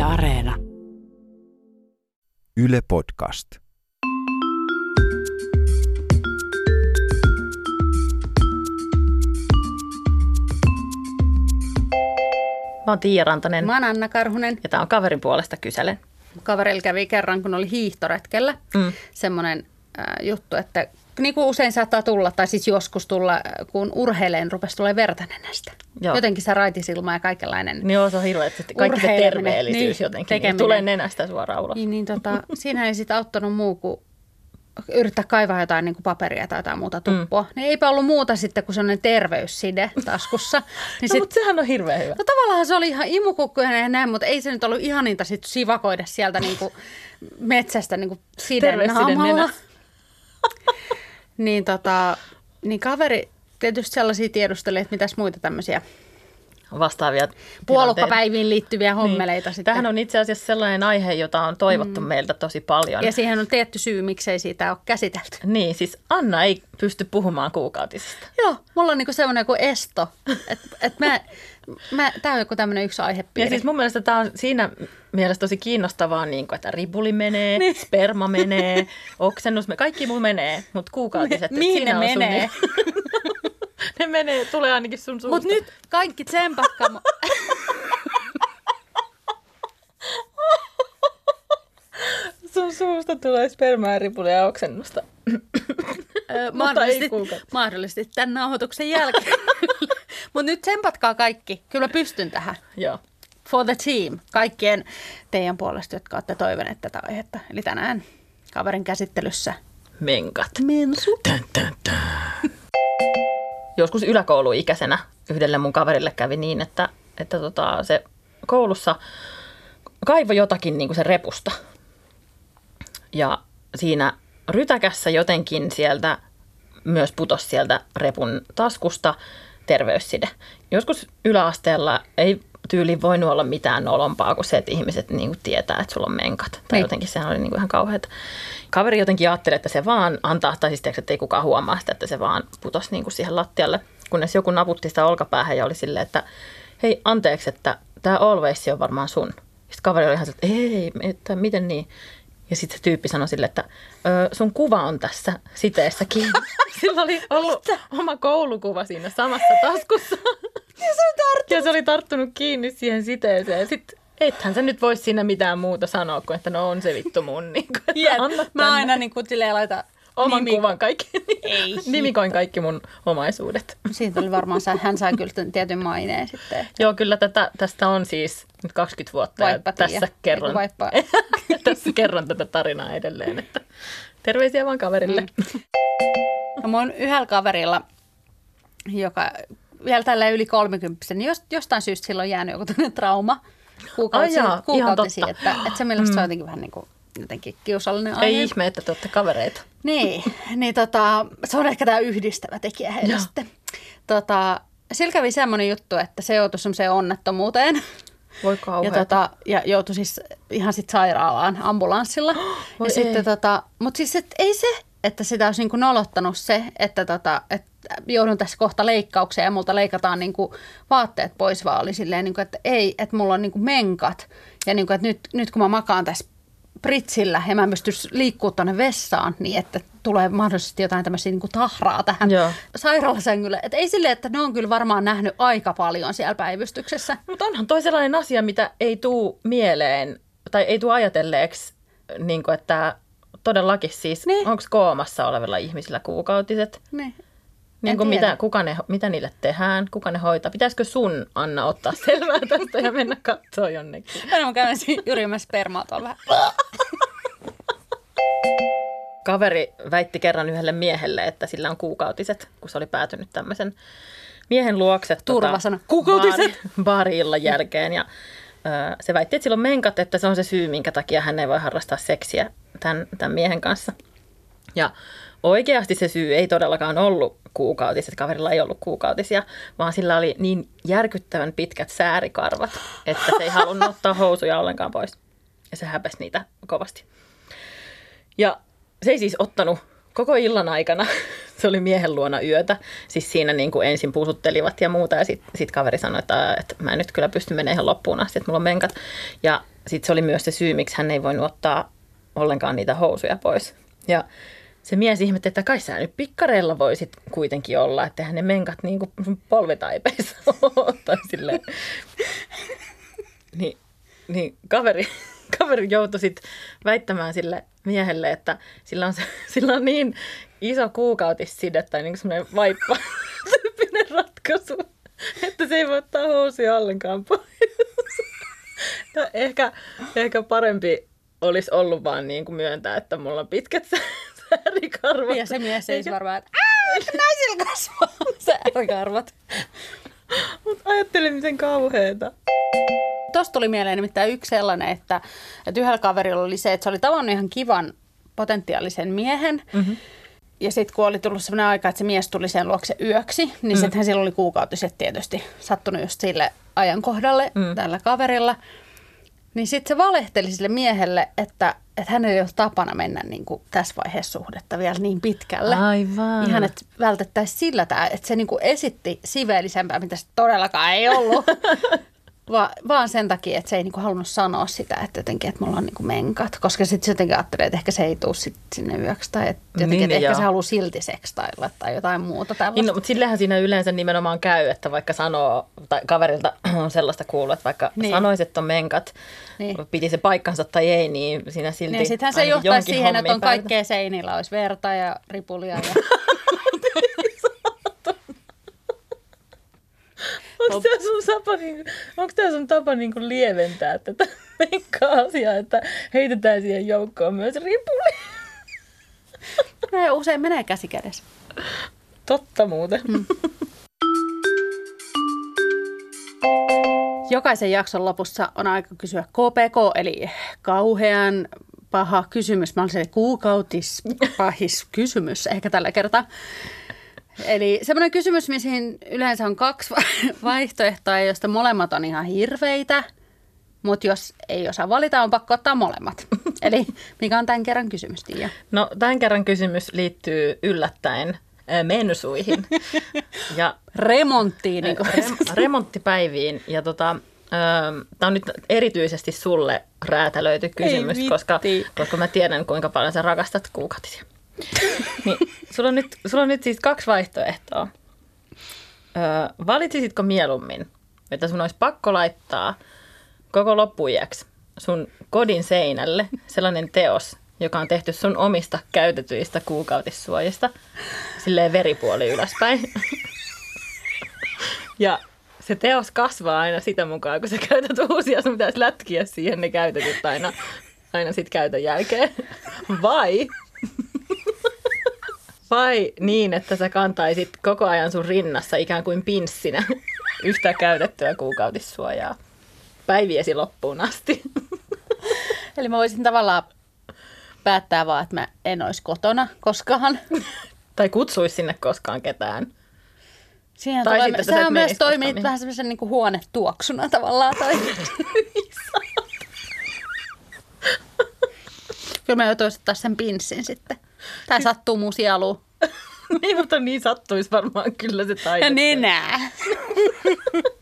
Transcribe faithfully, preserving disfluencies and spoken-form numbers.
Areena. Yle Podcast. Mä oon Tiia Rantanen. Mä oon Anna Karhunen. Ja tää on Kaverin puolesta kyselen. Kaverilla kävi kerran, kun oli hiihtoretkellä, mm. semmoinen äh, juttu, että niin kuin usein saattaa tulla, tai siis joskus tulla, kun urheileen rupesi tulee verta nenästä. Joo. Jotenkin se raitisilma ja kaikenlainen niin on, se on hirveä, että kaikki se terveellisyys niin, jotenkin niin, tulee nenästä suoraan ulos. Niin, niin tota, siinä ei sitten auttanut muu kuin yrittää kaivaa jotain niin kuin paperia tai jotain muuta tuppoa. Mm. Niin eipä ollut muuta sitten kuin sellainen terveysside taskussa. Niin no, sit, mutta sehän on hirveän hyvä. No tavallaan se oli ihan imukukkuinen ja näin, mutta ei se nyt ollut ihaninta sit sivakoida sieltä niin kuin metsästä niin kuin siden naamalla. Niin, tota, niin kaveri tietysti sellaisia tiedusteli, että mitäs muita tämmöisiä vastaavia puolukkapäiviin liittyviä hommeleita. Niin. Sitten. Tämähän on itse asiassa sellainen aihe, jota on toivottu mm. meiltä tosi paljon. Ja siihen on tietty syy, miksei siitä ole käsitelty. Niin, siis Anna ei pysty puhumaan kuukautisista. Joo, mulla on niinku semmoinen joku esto. Että et mä, mä, tää on joku tämmöinen yksi aihepiiri. Ja siis mun mielestä tää on siinä mielessä tosi kiinnostavaa, niin kuin, että ribuli menee, niin. sperma menee, oksennus, kaikki mun menee, mutta kuukautiset, niin siinä ne on menee. Sun, ne menee, tulee ainakin sun suusta. Mutta nyt kaikki tsempatkaa. Sun suusta tulee spermaa, ripulia ja oksennusta. Öö, mahdollisesti, mahdollisesti tämän nauhoituksen jälkeen. Mutta nyt tsempatkaa kaikki. Kyllä pystyn tähän. Joo. For the team. Kaikkien teidän puolesta, jotka olette toivoneet tätä aihetta. Eli tänään kaverin käsittelyssä. Menkat. Mensu. Tän, tän, tän. Joskus yläkouluikäisenä yhdelle mun kaverille kävi niin, että, että tota, se koulussa kaivoi jotakin niin kuin se repusta. Ja siinä rytäkässä jotenkin sieltä myös putosi sieltä repun taskusta terveysside. Joskus yläasteella ei tyyliin voinut olla mitään nolompaa kuin se, että ihmiset niin kuin tietää, että sulla on menkat. Tai niin. Jotenkin sehän oli niin kuin ihan kauheata. Kaveri jotenkin ajatteli, että se vaan antaa, tai siis teeksi, että ei kukaan huomaa sitä, että se vaan putosi niin kuin siihen lattialle. Kunnes joku naputti sitä olkapäähän ja oli silleen, että hei anteeksi, että tämä Always on varmaan sun. Sitten kaveri oli ihan silleen, että ei, että miten niin. Ja sitten se tyyppi sanoi sille, että sun kuva on tässä siteessä kiinni. Sillä oli ollut oma koulukuva siinä samassa taskussa. Ja se, ja se oli tarttunut kiinni siihen siteeseen. Sitten ethän sä nyt vois siinä mitään muuta sanoa, kuin että no on se vittu mun. Niin kuin, yeah, mä tänne. Aina niin kuin silleen laita oman nimi... kuvan kaikki. Ei. Nimikoin kaikki mun omaisuudet. Siitä oli varmaan, hän sai kyllä tietyn maineen sitten. Joo, kyllä tätä, tästä on siis nyt kaksikymmentä vuotta. Vaippa ja tässä, kerron, tässä kerron tätä tarinaa edelleen. Että terveisiä vaan kaverille. Mm. No, mä oon yhdellä kaverilla, joka vielä tällä yli kolmekymppisenä, niin jostain syystä sillä on jäänyt joku tämmöinen trauma kuukautisia, Ai jaa, kuukautisia että, että se mielestä mm. se on jotenkin vähän niin kuin jotenkin kiusallinen aihe. Ei ihme, että te olette kavereita. Niin, niin tota, se on ehkä tämä yhdistävä tekijä heille sitten. Tota, sillä kävi semmoinen juttu, että se joutui semmoiseen onnettomuuteen. Voi kauheeta. Ja, tota, ja joutui siis ihan sit sairaalaan ambulanssilla. Voi ja sitten tota, mutta siis et, ei se, että sitä olisi niinku nolottanut se, että tota, et joudun tässä kohta leikkaukseen ja multa leikataan niinku vaatteet pois, vaan oli silleen, niinku, että ei, että mulla on niinku menkat. Ja niinku, että nyt, nyt kun mä makaan tässä pritsillä ja mä en pysty liikkua tuonne vessaan, niin että tulee mahdollisesti jotain tämmöisiä niin kuin tahraa tähän Joo. sairaalasängylle. Että ei silleen, että ne on kyllä varmaan nähnyt aika paljon siellä päivystyksessä. Mutta onhan toi sellainen asia, mitä ei tule mieleen tai ei tule ajatelleeksi, niin kuin, että todellakin siis niin. Onko koomassa olevilla ihmisillä kuukautiset? Niin. Niin kuin mitä, kuka ne, mitä niille tehdään, kuka ne hoitaa. Pitäisikö sun, Anna, ottaa selvää tästä ja mennä katsoa jonnekin? Mä käyn yrimässä spermaa tuolla vähän. Kaveri väitti kerran yhdelle miehelle, että sillä on kuukautiset, kun se oli päätynyt tämmöisen miehen luokse. Turvasana. Tota, kuukautiset! Baari-illan jälkeen. Ja, ö, se väitti, että sillä on menkat, että se on se syy, minkä takia hän ei voi harrastaa seksiä tämän, tämän miehen kanssa. Ja oikeasti se syy ei todellakaan ollut kuukautiset, kaverilla ei ollut kuukautisia, vaan sillä oli niin järkyttävän pitkät säärikarvat, että se ei halunnut ottaa housuja ollenkaan pois. Ja se häpesi niitä kovasti. Ja se ei siis ottanut koko illan aikana, se oli miehen luona yötä, siis siinä niin kuin ensin puusuttelivat ja muuta, ja sitten sit kaveri sanoi, että, että mä en nyt kyllä pysty menemään ihan loppuun asti, että mulla on menkat. Ja sitten se oli myös se syy, miksi hän ei voinut ottaa ollenkaan niitä housuja pois. Ja se mies ihmetti, että kai sä nyt pikkareilla voisit kuitenkin olla, että eihän ne menkat niin kuin sun polvetaipeissa ole. Tai silleen. Niin, niin kaveri, kaveri joutui sitten väittämään sille miehelle, että sillä on, se, sillä on niin iso kuukautisside tai niin kuin semmoinen vaippa-tyyppinen ratkaisu, että se ei voi ottaa housuja ollenkaan pois. No, ehkä, ehkä parempi olisi ollut vaan niin kuin myöntää, että mulla on pitkät säärikarvat. Ja se mies ei varmaan, että naisilla kasvaa säärikarvat. Mutta ajattelin, miten kauheeta. Tuosta tuli mieleen nimittäin yksi sellainen, että, että yhdellä kaverilla oli se, että se oli tavannut ihan kivan potentiaalisen miehen. Mm-hmm. Ja sitten kun oli tullut sellainen aika, että se mies tuli sen luokse yöksi, niin mm. sittenhän sillä oli kuukautiset tietysti sattunut just sille ajankohdalle mm. tällä kaverilla. Niin sitten se valehteli sille miehelle, että, että hänellä ei ole tapana mennä niin kuin tässä vaiheessa suhdetta vielä niin pitkälle. Aivan. Ihan, että vältettäisiin sillä tämä, että se niin kuin esitti siveellisempää, mitä se todellakaan ei ollut. Va, vaan sen takia, että se ei niinku halunnut sanoa sitä, että jotenkin, että mulla on niinku menkat. Koska sitten se jotenkin ajattelee, että ehkä se ei tule sit sinne yöksi. Tai että jotenkin, niin, että ehkä se haluaa silti sekstailla tai jotain muuta tällaista. Niin, no, mutta sillehän siinä yleensä nimenomaan käy, että vaikka sanoo, tai kaverilta on sellaista kuullut, että vaikka niin. sanoisi, että on menkat, niin. piti se paikkansa tai ei, niin siinä silti niin, sittenhän se johtaa siihen, että on kaikkea seinillä, olisi verta ja ripulia. Ja... Onko tämä sun tapa, niin, onko tämä sun tapa niin kuin lieventää tätä menkka-asiaa, että heitetään siihen joukkoon myös ripuli? No, usein menee käsi kädessä. Totta muuten. Hmm. Jokaisen jakson lopussa on aika kysyä K P K, eli kauhean paha kysymys. Mä olisin kuukautispahis kysymys ehkä tällä kertaa. Eli semmoinen kysymys, mihin yleensä on kaksi vaihtoehtoa, joista molemmat on ihan hirveitä, mutta jos ei osaa valita, on pakko ottaa molemmat. Eli mikä on tämän kerran kysymys, Tiia? No tämän kerran kysymys liittyy yllättäen mensuihin. Ja remonttiin. Niin kuin. Rem- remonttipäiviin. Ja tota, tämä on nyt erityisesti sulle räätälöity kysymys, koska, koska mä tiedän, kuinka paljon sä rakastat kuukautisia. Niin, sulla, on nyt, sulla on nyt siis kaksi vaihtoehtoa. Öö, valitsisitko mieluummin, että sun olisi pakko laittaa koko loppuiäksi sun kodin seinälle sellainen teos, joka on tehty sun omista käytetyistä kuukautissuojista, silleen veripuoli ylöspäin. Ja se teos kasvaa aina sitä mukaan, kun sä käytät uusia, sun pitäisi lätkiä siihen ne käytetyt aina, aina sit käytön jälkeen. Vai... Vai niin, että sä kantaisit koko ajan sun rinnassa ikään kuin pinssinä yhtä käytettyä kuukautissuojaa päiviesi loppuun asti. Eli mä voisin tavallaan päättää vaan, että mä en olisi kotona koskaan. Tai kutsuisi sinne koskaan ketään. Siihen tai tulee, sitten sehän myös toimii vähän semmoisen niin kuin huonetuoksuna tavallaan. Tai... Kyllä mä joutuisin ottaa sen pinssin sitten. Tää sattuu mun sieluun. Niin, mutta niin sattuisi varmaan kyllä se taide. Ja nenää.